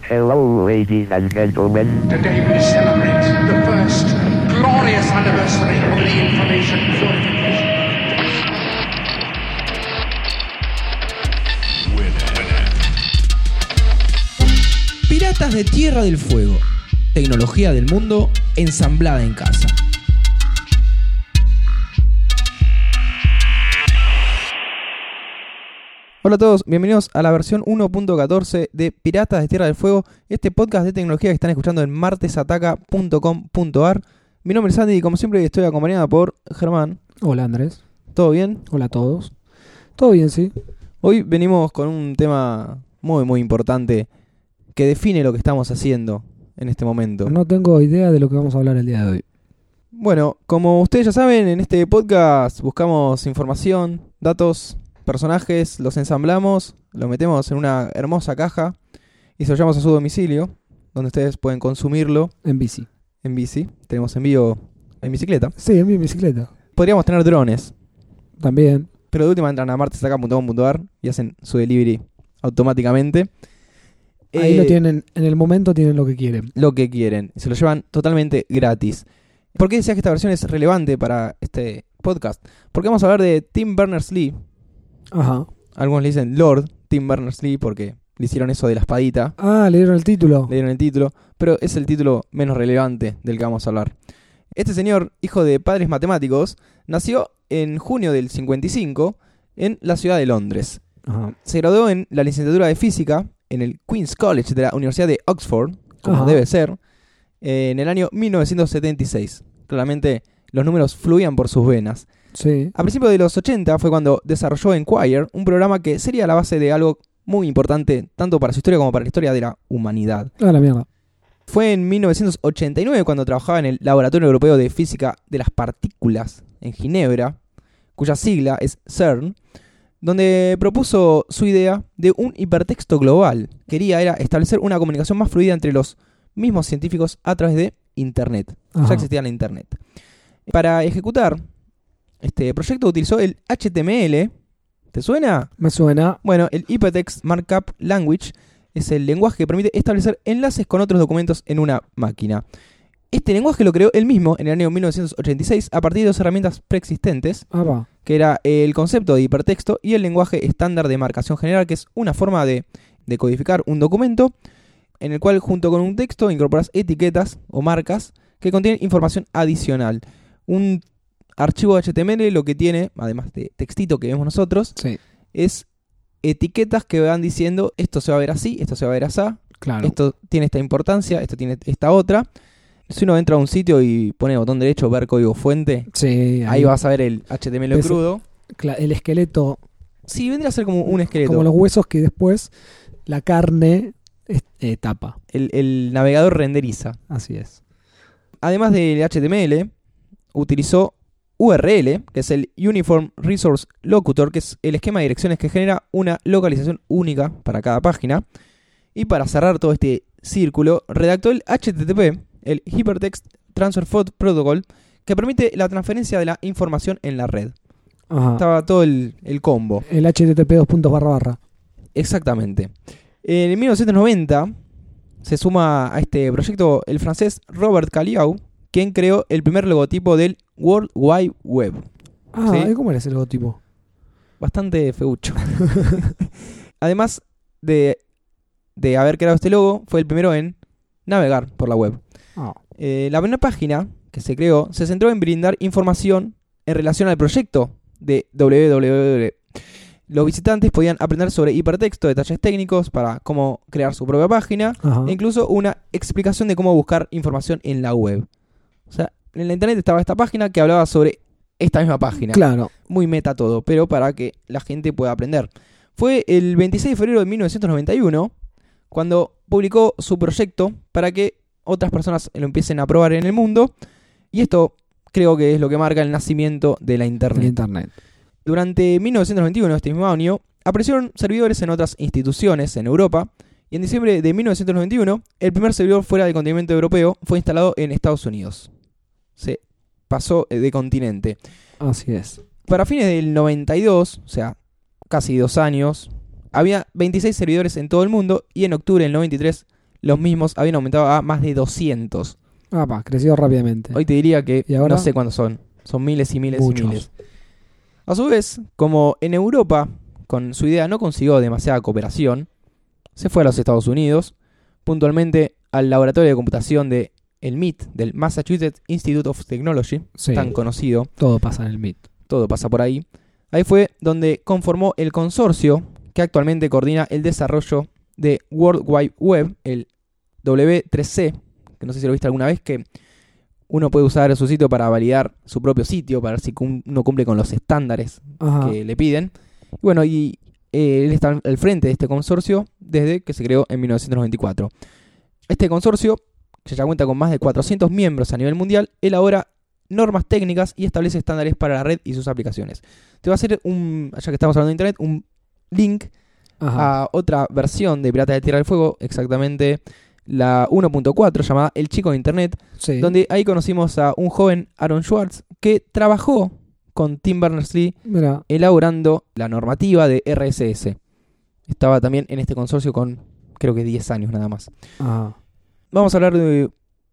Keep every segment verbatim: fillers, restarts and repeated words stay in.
Hello, ladies and gentlemen. Today we celebrate the first glorious anniversary of the information purification. Piratas de Tierra del Fuego. Tecnología del mundo ensamblada en casa. Hola a todos, bienvenidos a la versión uno punto catorce de Piratas de Tierra del Fuego, este podcast de tecnología que están escuchando en martesataca punto com punto a r. Mi nombre es Andy y como siempre estoy acompañado por Germán. Hola Andrés. ¿Todo bien? Hola a todos. Todo bien, sí. Hoy venimos con un tema muy muy importante que define lo que estamos haciendo en este momento. No tengo idea de lo que vamos a hablar el día de hoy. Bueno, como ustedes ya saben, en este podcast buscamos información, datos, personajes, los ensamblamos, los metemos en una hermosa caja y se lo llevamos a su domicilio, donde ustedes pueden consumirlo. En bici. En bici. Tenemos envío en bicicleta. Sí, en mi bicicleta. Podríamos tener drones, También. pero de última entran a martesataca punto com punto a r y hacen su delivery automáticamente. Ahí Eh, lo tienen, en el momento tienen lo que quieren. Lo que quieren. Se lo llevan totalmente gratis. ¿Por qué decías que esta versión es relevante para este podcast? Porque vamos a hablar de Tim Berners-Lee. Ajá. Algunos le dicen Lord Tim Berners-Lee porque le hicieron eso de la espadita. Ah, le dieron el título. Le dieron el título, pero es el título menos relevante del que vamos a hablar. Este señor, hijo de padres matemáticos, nació en junio del cincuenta y cinco en la ciudad de Londres. Ajá. Se graduó en la licenciatura de física en el Queen's College de la Universidad de Oxford, como Ajá. debe ser, eh, en el año mil novecientos setenta y seis. Claramente los números fluían por sus venas. Sí. A principios de los ochenta fue cuando desarrolló Enquire, un programa que sería la base de algo muy importante tanto para su historia como para la historia de la humanidad. Ah, la mierda. Fue en mil novecientos ochenta y nueve cuando trabajaba en el Laboratorio Europeo de Física de las Partículas en Ginebra, cuya sigla es CERN, donde propuso su idea de un hipertexto global. Quería era establecer una comunicación más fluida entre los mismos científicos a través de Internet. Ajá. Ya existía la Internet. Para ejecutar este proyecto utilizó el H T M L. ¿Te suena? Me suena. Bueno, el Hypertext Markup Language es el lenguaje que permite establecer enlaces con otros documentos en una máquina. Este lenguaje lo creó él mismo en el año mil novecientos ochenta y seis a partir de dos herramientas preexistentes, Ah, va. que era el concepto de hipertexto y el lenguaje estándar de marcación general, que es una forma de, de codificar un documento en el cual junto con un texto incorporas etiquetas o marcas que contienen información adicional. Un archivo H T M L lo que tiene, además de textito que vemos nosotros, Sí. es etiquetas que van diciendo esto se va a ver así, esto se va a ver así, Claro. esto tiene esta importancia, esto tiene esta otra. Si uno entra a un sitio y pone botón derecho, ver código fuente, Sí. ahí vas a ver el H T M L Ese- crudo. Cla- el esqueleto. Sí, vendría a ser como un esqueleto. Como los huesos que después la carne es- eh, tapa. El, el navegador renderiza. Así es. Además del H T M L, utilizó U R L, que es el Uniform Resource Locutor, que es el esquema de direcciones que genera una localización única para cada página. Y para cerrar todo este círculo, redactó el H T T P, el Hypertext Transfer Protocol, que permite la transferencia de la información en la red. Ajá. Estaba todo el, el combo. El H T T P dos puntos barra barra. Exactamente. En mil novecientos noventa se suma a este proyecto el francés Robert Caliau, quien creó el primer logotipo del World Wide Web. Ah, Sí. ¿y cómo era ese logotipo? Bastante feucho. Además de, de haber creado este logo, fue el primero en navegar por la web. Ah. Eh, la primera página que se creó se centró en brindar información en relación al proyecto de doble u doble u doble u. Los visitantes podían aprender sobre hipertexto, detalles técnicos para cómo crear su propia página Ajá. e incluso una explicación de cómo buscar información en la web. O sea, en la internet estaba esta página que hablaba sobre esta misma página. Claro. Muy meta todo, pero para que la gente pueda aprender. Fue el veintiséis de febrero de mil novecientos noventa y uno cuando publicó su proyecto para que otras personas lo empiecen a probar en el mundo. Y esto creo que es lo que marca el nacimiento de la internet. El internet. Durante mil novecientos noventa y uno, este mismo año, aparecieron servidores en otras instituciones en Europa. Y en diciembre de mil novecientos noventa y uno, el primer servidor fuera del continente europeo fue instalado en Estados Unidos. Se pasó de continente. Así es. Para fines del noventa y dos, o sea, casi dos años, había veintiséis servidores en todo el mundo y en octubre del noventa y tres los mismos habían aumentado a más de doscientos. Ah, pa, creció rápidamente. Hoy te diría que ¿Y ahora? no sé cuántos son. Son miles y miles Muchos. y miles. A su vez, como en Europa, con su idea no consiguió demasiada cooperación, se fue a los Estados Unidos, puntualmente al laboratorio de computación de el M I T, del Massachusetts Institute of Technology, Sí. tan conocido, Todo pasa en el M I T. todo pasa por ahí. Ahí fue donde conformó el consorcio que actualmente coordina el desarrollo de World Wide Web, el W tres C, que no sé si lo viste alguna vez, que uno puede usar su sitio para validar su propio sitio, para ver si cum- uno cumple con los estándares Ajá. que le piden. Y bueno, y eh, él está al frente de este consorcio desde que se creó en mil novecientos noventa y cuatro. Este consorcio, que ya cuenta con más de cuatrocientos miembros a nivel mundial, elabora normas técnicas y establece estándares para la red y sus aplicaciones. Te voy a hacer un, ya que estamos hablando de internet, un link Ajá. a otra versión de Piratas de Tierra del Fuego, exactamente la uno punto cuatro, llamada El Chico de Internet, Sí. donde ahí conocimos a un joven Aaron Schwartz que trabajó con Tim Berners-Lee Mira, elaborando la normativa de R S S. Estaba también en este consorcio con creo que diez años nada más. ajá. Vamos a hablar de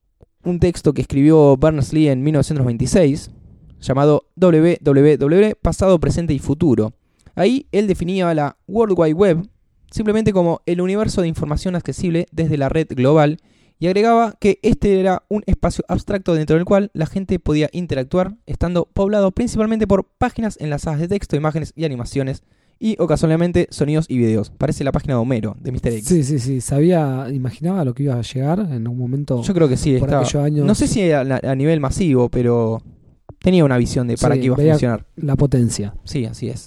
un texto que escribió Berners-Lee en mil novecientos veintiséis llamado W W W, pasado, presente y futuro. Ahí él definía la World Wide Web simplemente como el universo de información accesible desde la red global y agregaba que este era un espacio abstracto dentro del cual la gente podía interactuar, estando poblado principalmente por páginas enlazadas de texto, imágenes y animaciones y ocasionalmente sonidos y videos. Parece la página de Homero, de mister X. Sí, sí, sí. Sabía, imaginaba lo que iba a llegar en un momento. Yo creo que sí, por estaba. aquellos años. No sé si a, a nivel masivo, pero tenía una visión de para Sí, qué iba a veía funcionar. la potencia. Sí, así es.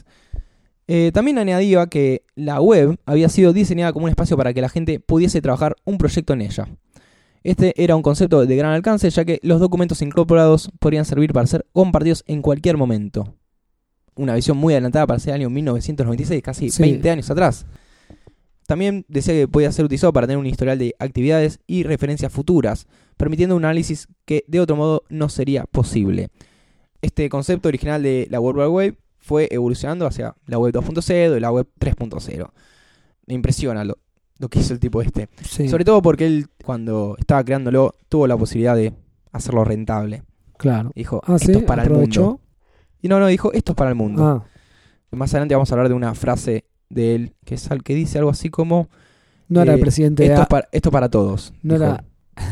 Eh, también añadía que la web había sido diseñada como un espacio para que la gente pudiese trabajar un proyecto en ella. Este era un concepto de gran alcance, ya que los documentos incorporados podrían servir para ser compartidos en cualquier momento. Una visión muy adelantada para ese año mil novecientos noventa y seis, casi Sí. veinte años atrás. También decía que podía ser utilizado para tener un historial de actividades y referencias futuras, permitiendo un análisis que de otro modo no sería posible. Este concepto original de la World Wide Web fue evolucionando hacia la web dos punto cero y la web tres punto cero. Me impresiona lo, lo que hizo el tipo este. Sí, Sobre todo porque él, cuando estaba creándolo, tuvo la posibilidad de hacerlo rentable. claro. Dijo, Ah, esto sí, es para el aprovechó. mundo. Y no, no, dijo, esto es para el mundo. Ah, Más adelante vamos a hablar de una frase de él que es al que dice algo así como no era eh, el presidente de esto, A- es para, esto es para todos. no dijo. era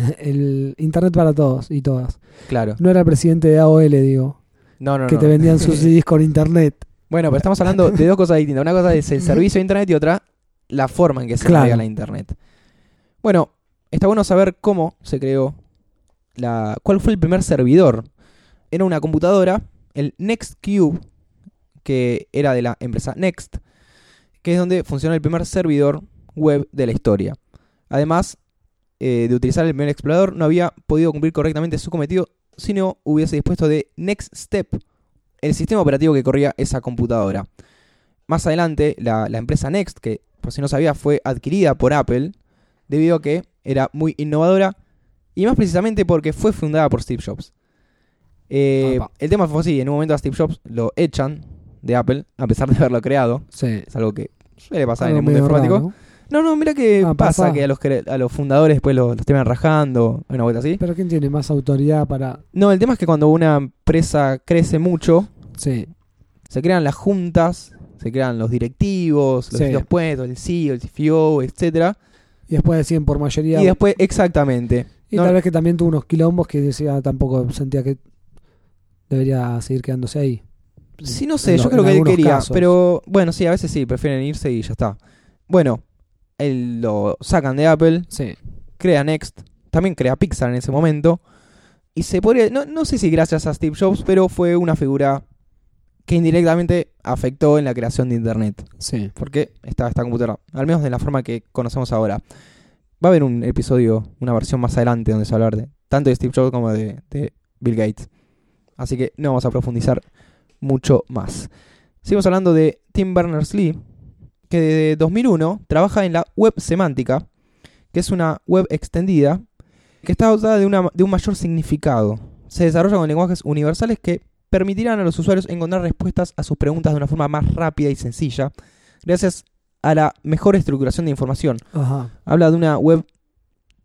el internet para todos y todas. Claro. No era el presidente de A O L, digo, No, no, que no. te vendían sus C Ds con internet. Bueno, pero estamos hablando de dos cosas distintas. Una cosa es el servicio de internet y otra la forma en que se Claro. navega la internet. Bueno, está bueno saber cómo se creó la, cuál fue el primer servidor. Era una computadora, el NextCube, que era de la empresa Next, que es donde funcionó el primer servidor web de la historia. Además eh, de utilizar el primer explorador, no había podido cumplir correctamente su cometido si no hubiese dispuesto de NextStep, el sistema operativo que corría esa computadora. Más adelante, la, la empresa Next, que por si no sabía fue adquirida por Apple, debido a que era muy innovadora y más precisamente porque fue fundada por Steve Jobs. Eh, Apa. el tema fue así, en un momento a Steve Jobs lo echan de Apple, a pesar de haberlo creado. Sí. Es algo que suele pasar Algo en el mundo medio informático. raro, ¿no? No, no, mira que Ah, pasa, pasa. que a los, cre- a los fundadores después los, los terminan rajando, hay una vuelta así. Pero ¿quién tiene más autoridad para...? No, el tema es que cuando una empresa crece mucho, Sí, se crean las juntas, se crean los directivos, los Sí. distintos puestos, el C E O, el C F O, etcétera. y después decían por mayoría... Y después, exactamente. y no- tal vez que también tuvo unos quilombos que decía, tampoco sentía que debería seguir quedándose ahí. Sí, no sé, en yo lo- creo en que él algunos quería, casos. pero bueno, sí, a veces sí, prefieren irse y ya está. Bueno, él lo sacan de Apple, Sí. crea Next, también crea Pixar en ese momento, y se podría, no, no sé si gracias a Steve Jobs, pero fue una figura que indirectamente afectó en la creación de Internet, Sí. porque estaba esta computadora, al menos de la forma que conocemos ahora. Va a haber un episodio, una versión más adelante donde se va a hablar de tanto de Steve Jobs como de, de Bill Gates. Así que no vamos a profundizar mucho más. Seguimos hablando de Tim Berners-Lee, que desde dos mil uno trabaja en la web semántica, que es una web extendida que está dotada de, una, de un mayor significado. Se desarrolla con lenguajes universales que permitirán a los usuarios encontrar respuestas a sus preguntas de una forma más rápida y sencilla, gracias a la mejor estructuración de información. Ajá. Habla de una web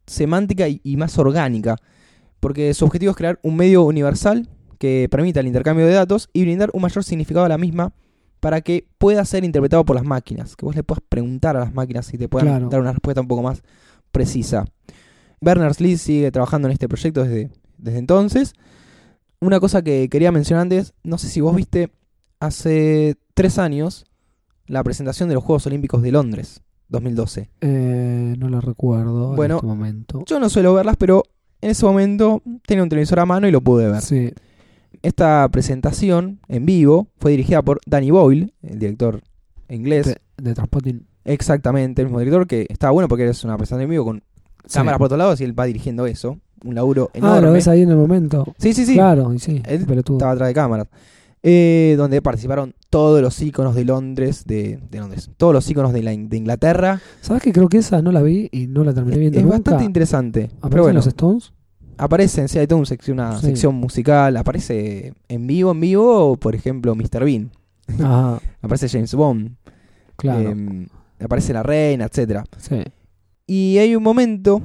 semántica y, y más orgánica, porque su objetivo es crear un medio universal que permita el intercambio de datos y brindar un mayor significado a la misma para que pueda ser interpretado por las máquinas, que vos le puedas preguntar a las máquinas y te puedan Claro. dar una respuesta un poco más precisa. Berners-Lee sigue trabajando en este proyecto desde, desde entonces. Una cosa que quería mencionar antes, no sé si vos viste hace tres años la presentación de los Juegos Olímpicos de Londres, dos mil doce. Eh, no lo recuerdo Bueno, en este momento. Yo no suelo verlas, pero en ese momento tenía un televisor a mano y lo pude ver. Sí, Esta presentación en vivo fue dirigida por Danny Boyle, el director inglés. de, de Transpotting. Exactamente, el mismo director, que estaba bueno porque es una presentación en vivo con Sí. cámaras por todos lados y él va dirigiendo eso. Un laburo enorme. Ah, lo ves ahí en el momento. Sí, sí, sí. Claro, y sí. Él pelotudo. estaba atrás de cámaras. Eh, donde participaron todos los íconos de Londres, de, de Londres, todos los íconos de, la, de Inglaterra. ¿Sabes que creo que esa no la vi y no la terminé viendo Es nunca? bastante interesante. ¿Aparecen Pero bueno, los Stones? aparecen, sí, hay toda un sec- una Sí. sección musical. Aparece en vivo, en vivo, por ejemplo, mister Bean. Ajá, Aparece James Bond. claro. eh, aparece la reina, etcétera. Sí. Y hay un momento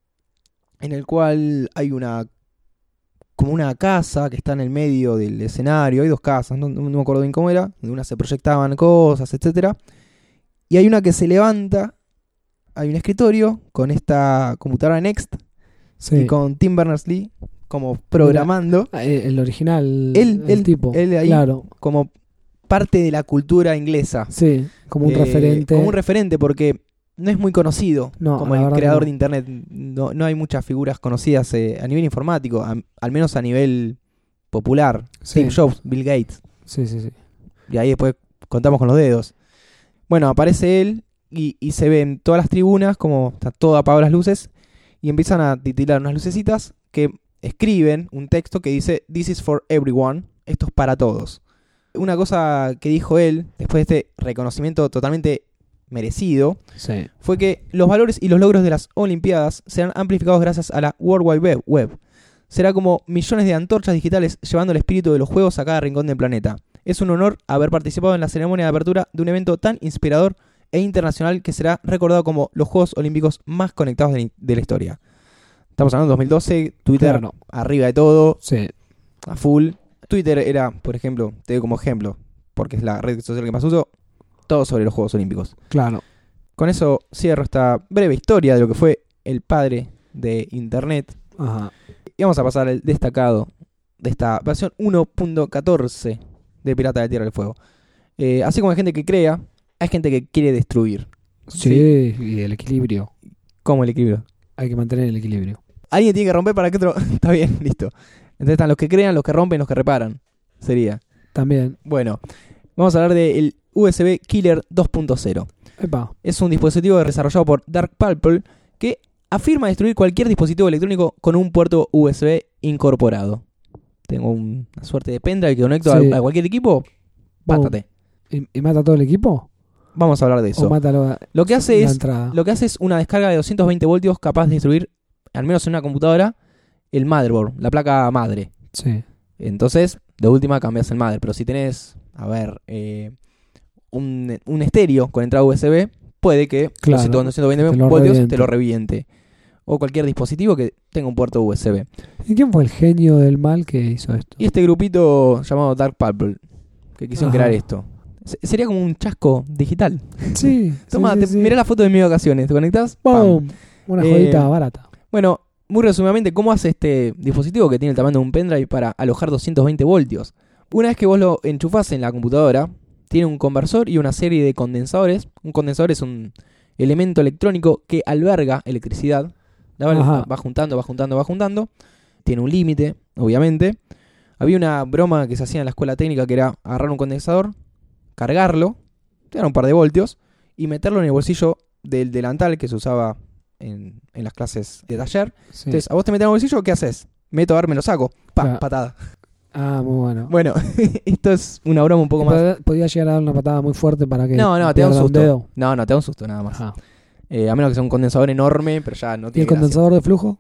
en el cual hay una como una casa que está en el medio del escenario. Hay dos casas, no, no me acuerdo bien cómo era. De una se proyectaban cosas, etcétera. Y hay una que se levanta. Hay un escritorio con esta computadora Next Sí. y con Tim Berners-Lee como programando, Ah, eh, el original, Él- el él- tipo. él ahí. Claro, como parte de la cultura inglesa. sí, como un Eh, referente. Como un referente porque no es muy conocido No, como la el verdad creador que no. de internet. No, no hay muchas figuras conocidas eh, a nivel informático, a- al menos a nivel popular. Sí. Steve Jobs, Bill Gates. Sí, sí, sí. Y ahí después contamos con los dedos. Bueno, aparece él y, y se ven todas las tribunas, como está todo apagado las luces, y empiezan a titilar unas lucecitas que escriben un texto que dice "This is for everyone", esto es para todos. Una cosa que dijo él, después de este reconocimiento totalmente merecido, Sí. fue que los valores y los logros de las Olimpiadas serán amplificados gracias a la World Wide Web. Web. Será como millones de antorchas digitales llevando el espíritu de los juegos a cada rincón del planeta. Es un honor haber participado en la ceremonia de apertura de un evento tan inspirador e internacional que será recordado como los Juegos Olímpicos más conectados de, de la historia. Estamos hablando de dos mil doce, Twitter Claro. arriba de todo, Sí. a full. Twitter era, por ejemplo, te doy como ejemplo, porque es la red social que más uso, todo sobre los Juegos Olímpicos. Claro. Con eso cierro esta breve historia de lo que fue el padre de Internet. Ajá. Y vamos a pasar al destacado de esta versión uno punto catorce de Pirata de Tierra del Fuego. Eh, así como hay gente que crea, hay gente que quiere destruir. Sí, y el equilibrio. ¿Cómo el equilibrio? Hay que mantener el equilibrio. Alguien tiene que romper para que otro... Está bien, listo. Entonces están los que crean, los que rompen, los que reparan. Sería. También. Bueno, vamos a hablar del U S B Killer dos punto cero. Epa. Es un dispositivo desarrollado por Dark Purple que afirma destruir cualquier dispositivo electrónico con un puerto U S B incorporado. Tengo un- una suerte de pendrive que conecto Sí. a, a cualquier equipo. Boom. Pástate. ¿Y, y mata a todo el equipo? Vamos a hablar de ¿O eso. mata la, Lo que hace la es entrada? lo que hace es una descarga de doscientos veinte voltios capaz de destruir, al menos en una computadora, el motherboard, la placa madre. Sí. Entonces, de última cambias el mother. Pero si tenés, a ver, eh, un, un estéreo con entrada U S B, puede que Claro, doscientos, doscientos veinte te lo voltios reviente. te lo reviente. O cualquier dispositivo que tenga un puerto U S B. ¿Y quién fue el genio del mal que hizo esto? Y este grupito llamado Dark Purple, que quisieron Ajá. crear esto. Se- Sería como un chasco digital. Sí. Toma, sí, te, sí, sí. mirá la foto de mis vacaciones, ¿te conectás? ¡Pam! ¡Pum! Una Eh, jodita barata. Bueno, muy resumidamente, ¿cómo hace este dispositivo que tiene el tamaño de un pendrive para alojar doscientos veinte voltios? Una vez que vos lo enchufás en la computadora, tiene un conversor y una serie de condensadores. Un condensador es un elemento electrónico que alberga electricidad. La va, Ajá. va juntando, va juntando, va juntando. Tiene un límite, obviamente. Había una broma que se hacía en la escuela técnica que era agarrar un condensador, cargarlo, te un par de voltios, y meterlo en el bolsillo del delantal que se usaba en, en las clases de taller. Sí. Entonces, a vos te metes en el bolsillo, ¿qué haces? Meto a ver, me lo saco. ¡Pam! Claro. Patada. Ah, muy bueno. Bueno, esto es una broma un poco más... Podía- Podía llegar a dar una patada muy fuerte para que No, no, te da un pierda susto. dedo. No, no, te da un susto nada más. Ajá. Eh, a menos que sea un condensador enorme, pero ya no ¿Y tiene el gracia. condensador de flujo?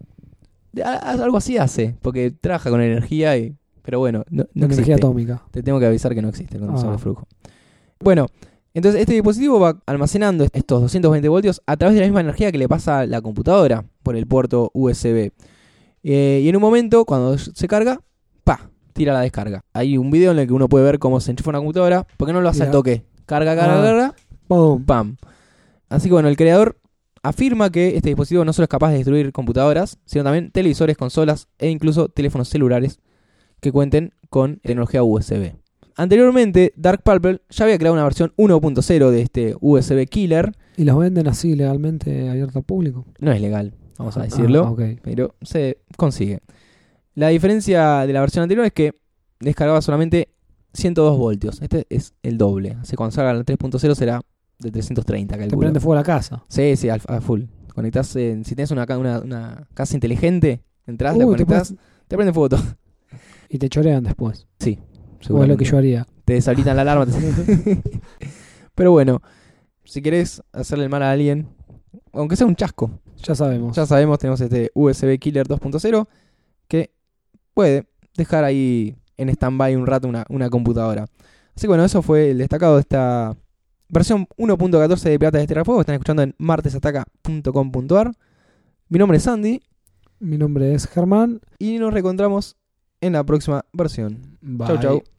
A- a- Algo así hace, porque trabaja con energía y... Pero bueno, no, no de energía existe. atómica. Te tengo que avisar que no existe el condensador Ah. de flujo. Bueno, Entonces este dispositivo va almacenando estos doscientos veinte voltios a través de la misma energía que le pasa a la computadora por el puerto U S B. Eh, y en un momento, cuando se carga, ¡pa!, tira la descarga. Hay un video en el que uno puede ver cómo se enchufa una computadora, porque no lo hace al toque. Carga, carga, Ah. carga, Pum. ¡pam! Así que bueno, el creador afirma que este dispositivo no solo es capaz de destruir computadoras, sino también televisores, consolas e incluso teléfonos celulares que cuenten con tecnología U S B. Anteriormente, Dark Purple ya había creado una versión uno punto cero de este U S B Killer. ¿Y los venden así legalmente abierto al público? No es legal, vamos a decirlo, Ah, ok. pero se consigue. La diferencia de la versión anterior es que descargaba solamente ciento dos voltios. Este es el doble. Así que cuando salga el tres punto cero será de trescientos treinta, Te calculo. prende fuego la casa. Sí, sí, al- a full. Conectás, en- si tenés una, ca- una, una casa inteligente, entras, Uy, la te conectás, te, puedes- prende fuego todo. Y te chorean después. Sí, O es lo que seguramente. yo haría. Te deshabilitan la alarma. te- Pero bueno, si querés hacerle el mal a alguien, aunque sea un chasco, Ya sabemos. ya sabemos, tenemos este U S B Killer dos punto cero que puede dejar ahí en stand-by un rato una, una computadora. Así que bueno, eso fue el destacado de esta versión uno punto catorce de Piratas de Tierra del Fuego. Están escuchando en martesataca punto com punto a r. Mi nombre es Andy Mi nombre es Germán. y nos reencontramos en la próxima versión. Bye. Chau, chau.